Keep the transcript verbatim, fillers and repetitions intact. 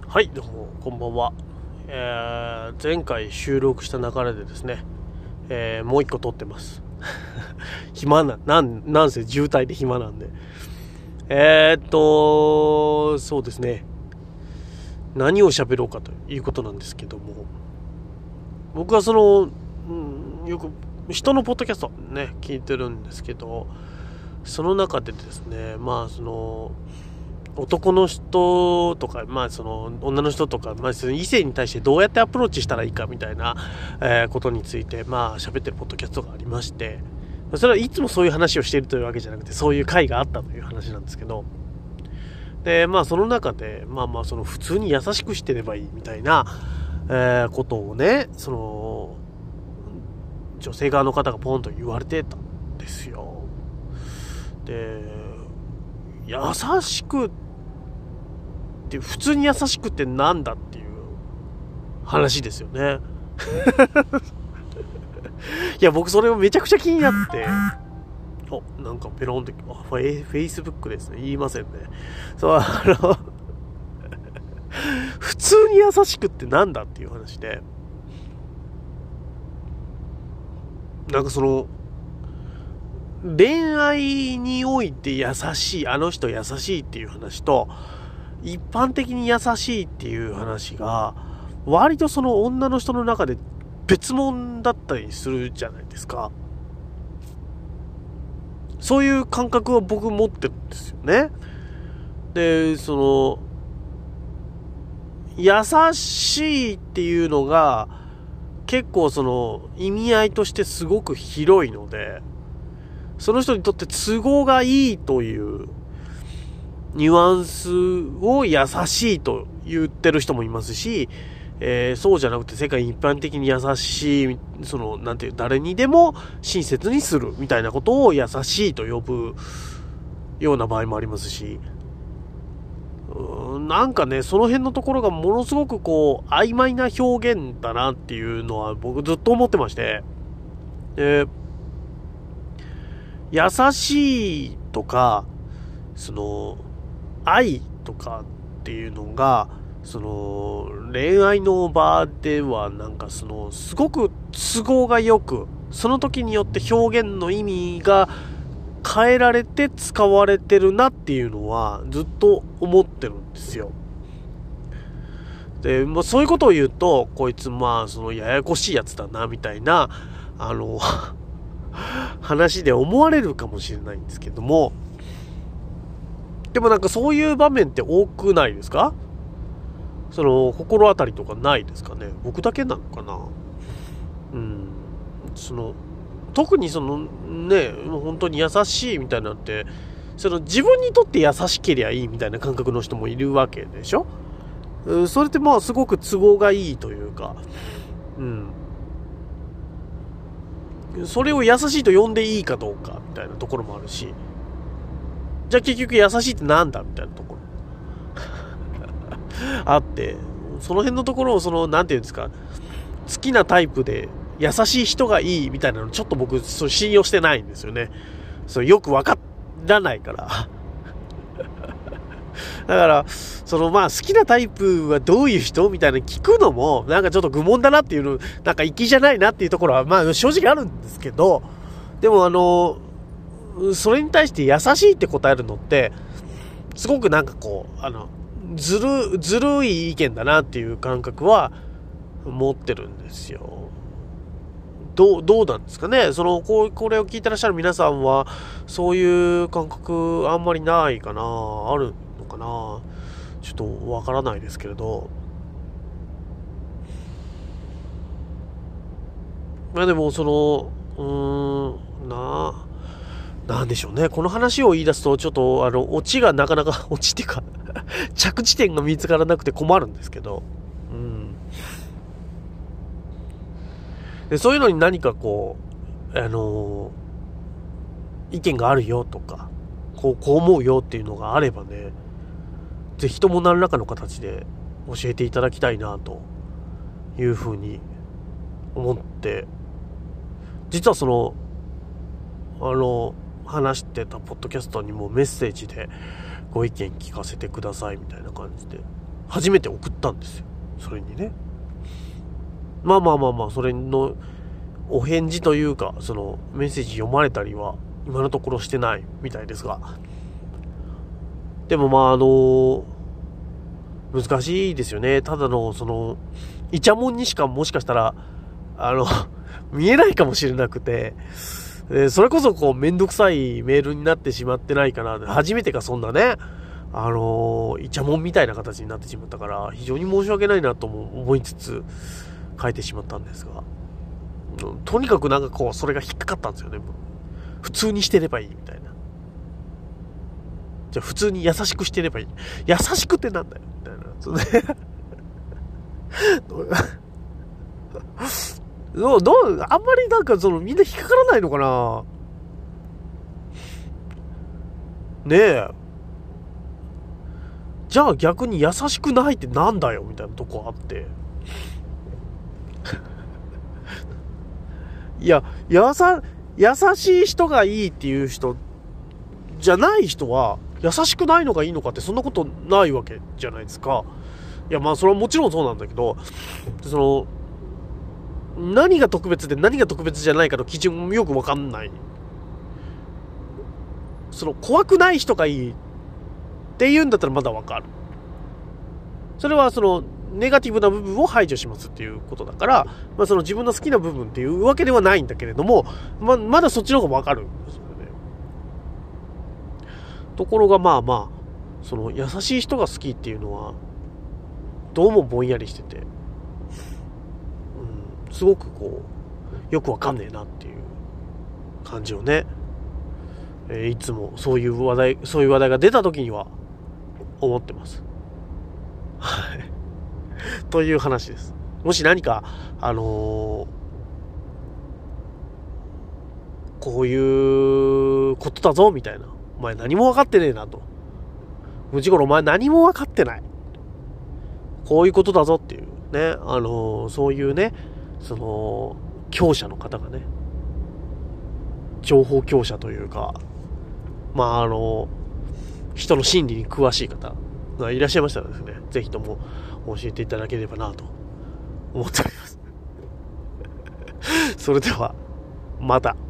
はい、どうもこんばんは。えー、前回収録した流れでですね、えー、もう一個撮ってます暇な、なんなんせ渋滞で暇なんでえーっとそうですね、何を喋ろうかということなんですけども、僕はその、うん、よく人のポッドキャストね聞いてるんですけど、その中でですね、まあその男の人とか、まあ、その女の人とか、まあ、その異性に対してどうやってアプローチしたらいいかみたいな、えー、ことについて、まあ、喋ってるポッドキャストがありまして、それはいつもそういう話をしているというわけじゃなくて、そういう回があったという話なんですけど、で、まあ、その中で、まあまあ、その普通に優しくしてればいいみたいな、えー、ことをね、その、女性側の方がポンと言われてたんですよ。で、優しくって普通に優しくってなんだっていう話ですよねいや僕それもめちゃくちゃ気になって、おなんかペロンってあフェイ、フェイスブックですね、言いませんね。そう、あの普通に優しくってなんだっていう話で、なんかその恋愛において優しい、あの人優しいっていう話と一般的に優しいっていう話が割とその女の人の中で別物だったりするじゃないですか。そういう感覚は僕持ってるんですよね。で、その優しいっていうのが結構その意味合いとしてすごく広いので、その人にとって都合がいいというニュアンスを優しいと言ってる人もいますし、えー、そうじゃなくて世界一般的に優しい、そのなんていう、誰にでも親切にするみたいなことを優しいと呼ぶような場合もありますし、うーんなんかね、その辺のところがものすごくこう曖昧な表現だなっていうのは僕ずっと思ってまして、で優しいとかその愛とかっていうのがその恋愛の場ではなんかそのすごく都合がよく、その時によって表現の意味が変えられて使われてるなっていうのはずっと思ってるんですよ。で、まあ、そういうことを言うとこいつまあそのややこしいやつだなみたいなあの話で思われるかもしれないんですけども、でもなんかそういう場面って多くないですか？その心当たりとかないですかね？僕だけなのかな。うん。その特にそのね、もう本当に優しいみたいなのって、その自分にとって優しけりゃいいみたいな感覚の人もいるわけでしょ。うん、それってまあすごく都合がいいというか、うん。それを優しいと呼んでいいかどうかみたいなところもあるし、じゃあ結局優しいってなんだみたいなところあって、その辺のところをそのなんていうんですか、好きなタイプで優しい人がいいみたいなのちょっと僕そう信用してないんですよね。そうよくわからないからだからそのまあ好きなタイプはどういう人みたいな聞くのもなんかちょっと愚問だなっていうの、なんか粋じゃないなっていうところはまあ正直あるんですけど、でもあのそれに対して優しいって答えるのってすごくなんかこうあのずるずるい意見だなっていう感覚は持ってるんですよ。どうどうなんですかね。そのこうこれを聞いてらっしゃる皆さんはそういう感覚あんまりないかな、あるのかな、ちょっとわからないですけれど、まあでもそのうーんななんでしょうね。この話を言い出すとちょっとあのオチがなかなかオチっていうか着地点が見つからなくて困るんですけど、うん。でそういうのに何かこうあのー、意見があるよとかこうこう思うよっていうのがあればね、ぜひとも何らかの形で教えていただきたいなというふうに思って、実はそのあの話してたポッドキャストにもメッセージでご意見聞かせてくださいみたいな感じで初めて送ったんですよ。それにね。まあまあまあまあ、それのお返事というか、そのメッセージ読まれたりは今のところしてないみたいですが。でもまああの、難しいですよね。ただの、その、イチャモンにしかもしかしたら、あの、見えないかもしれなくて、えー、それこそこう、めんどくさいメールになってしまってないかな。初めてがそんなね、あのー、イチャモンみたいな形になってしまったから、非常に申し訳ないなとも思いつつ、書いてしまったんですが、うん、とにかくなんかこう、それが引っかかったんですよね。普通にしてればいいみたいな。じゃあ普通に優しくしてればいい。優しくってなんだよみたいな。そうね。どう、どう、あんまりなんかそのみんな引っかからないのかな。ねえ。じゃあ逆に優しくないってなんだよみたいなとこあって。いや、やさ、優しい人がいいっていう人じゃない人は優しくないのがいいのかってそんなことないわけじゃないですか。いやまあそれはもちろんそうなんだけど、その何が特別で何が特別じゃないかの基準もよく分かんない。その怖くない人がいいっていうんだったらまだ分かる。それはそのネガティブな部分を排除しますっていうことだから、まあ、その自分の好きな部分っていうわけではないんだけれども、ままだそっちの方が分かるんですよね。ところがまあまあその優しい人が好きっていうのはどうもぼんやりしてて、うん、すごくこうよくわかんねえなっていう感じをね、えー、いつもそういう話題そういう話題が出た時には思ってます。はいという話です。もし何かあのー、こういうことだぞみたいな、お前何も分かってねえなと、ムチゴロお前何も分かってない、こういうことだぞっていうね、あのー、そういうね、その強者の方がね、情報強者というか、まああの人の心理に詳しい方がいらっしゃいましたらですね、ぜひとも教えていただければなと思っております。それではまた。